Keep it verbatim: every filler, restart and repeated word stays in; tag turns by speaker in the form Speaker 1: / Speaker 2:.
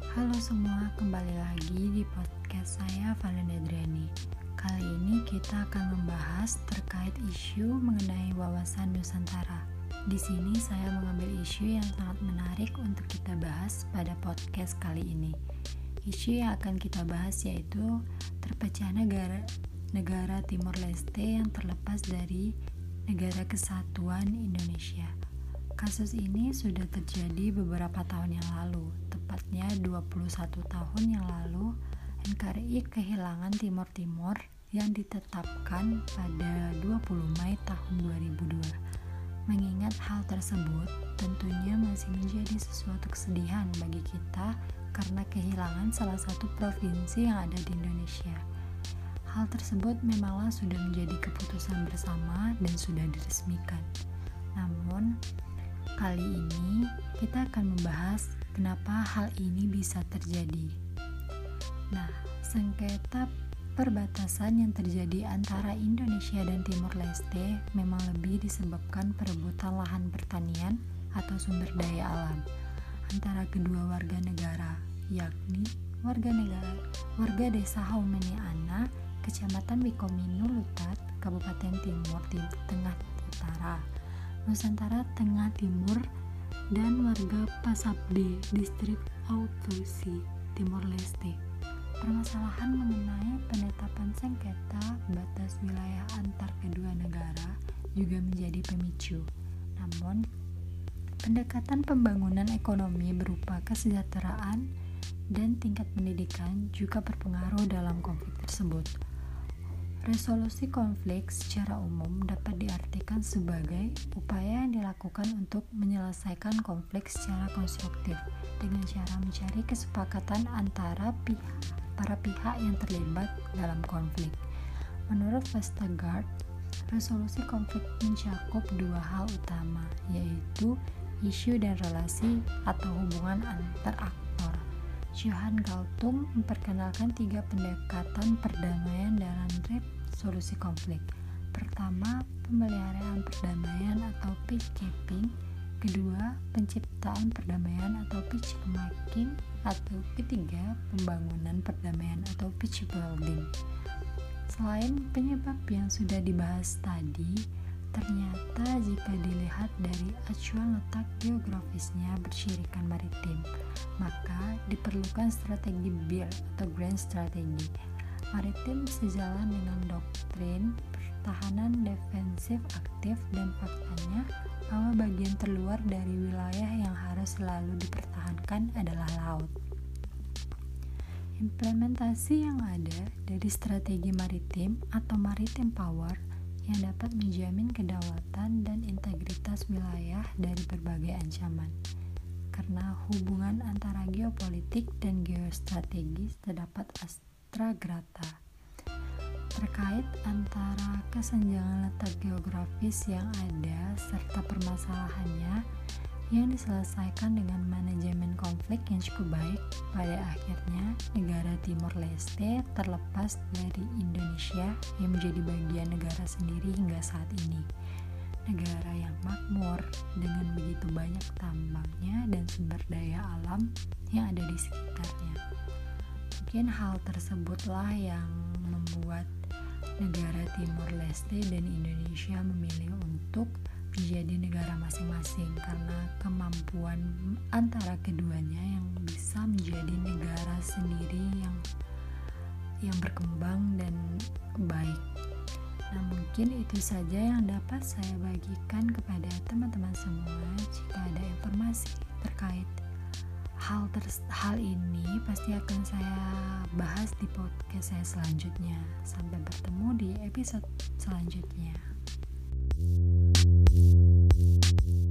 Speaker 1: Halo semua, kembali lagi di podcast saya Valenda Adriani. Kali ini kita akan membahas terkait isu mengenai wawasan Nusantara. Di sini saya mengambil isu yang sangat menarik untuk kita bahas pada podcast kali ini. Isu yang akan kita bahas yaitu terpecah negara negara Timor Leste yang terlepas dari Negara Kesatuan Indonesia. Kasus ini sudah terjadi beberapa tahun yang lalu, tepatnya dua puluh satu tahun yang lalu. N K R I kehilangan Timor Timor yang ditetapkan pada dua puluh Mei tahun dua ribu dua. Mengingat hal tersebut, tentunya masih menjadi sesuatu kesedihan bagi kita karena kehilangan salah satu provinsi yang ada di Indonesia. Hal tersebut memanglah sudah menjadi keputusan bersama dan sudah diresmikan. Namun, kali ini kita akan membahas kenapa hal ini bisa terjadi. Nah, sengketa perbatasan yang terjadi antara Indonesia dan Timor Leste memang lebih disebabkan perebutan lahan pertanian atau sumber daya alam antara kedua warga negara, yakni warga negara warga desa Haumene-Ana, Kecamatan Wikominu Lutat, Kabupaten Timor Tengah Utara, Nusantara Tengah Timur, dan warga Pasabde, Distrik Autusi, Timor Leste. Permasalahan mengenai penetapan sengketa batas wilayah antar kedua negara juga menjadi pemicu. Namun, pendekatan pembangunan ekonomi berupa kesejahteraan dan tingkat pendidikan juga berpengaruh dalam konflik tersebut. Resolusi konflik secara umum dapat diartikan sebagai upaya yang dilakukan untuk menyelesaikan konflik secara konstruktif dengan cara mencari kesepakatan antara pihak, para pihak yang terlibat dalam konflik. Menurut Vestergaard, resolusi konflik mencakup dua hal utama, yaitu isu dan relasi atau hubungan antar aktor. Johan Galtung memperkenalkan tiga pendekatan perdamaian dalam resolusi konflik. Pertama, pemeliharaan perdamaian atau peacekeeping. Kedua, penciptaan perdamaian atau peacemaking. Atau ketiga, pembangunan perdamaian atau peace building. Selain penyebab yang sudah dibahas tadi, ternyata jika dilihat dari acuan letak geografisnya bersirikan maritim, maka diperlukan strategi B I R atau Grand Strategy. Maritim sejalan dengan doktrin pertahanan defensif aktif dan faktanya bahwa bagian terluar dari wilayah yang harus selalu dipertahankan adalah laut. Implementasi yang ada dari strategi maritim atau maritime power yang dapat menjamin kedaulatan dan integritas wilayah dari berbagai ancaman. Karena hubungan antara geopolitik dan geostrategis terdapat astragrata. Terkait antara kesenjangan letak geografis yang ada serta permasalahannya yang diselesaikan dengan manajemen konflik yang cukup baik, pada akhirnya negara Timor Leste terlepas dari Indonesia yang menjadi bagian negara sendiri hingga saat ini. Negara yang makmur dengan begitu banyak tambangnya dan sumber daya alam yang ada di sekitarnya. Mungkin hal tersebutlah yang membuat negara Timor Leste dan Indonesia memilih untuk menjadi negara masing-masing karena kemampuan antara keduanya yang bisa menjadi negara sendiri yang yang berkembang dan baik. Nah, mungkin itu saja yang dapat saya bagikan kepada teman-teman semua. Jika ada informasi terkait hal ters- hal ini pasti akan saya bahas di podcast saya selanjutnya. Sampai bertemu di episode selanjutnya. Thank you.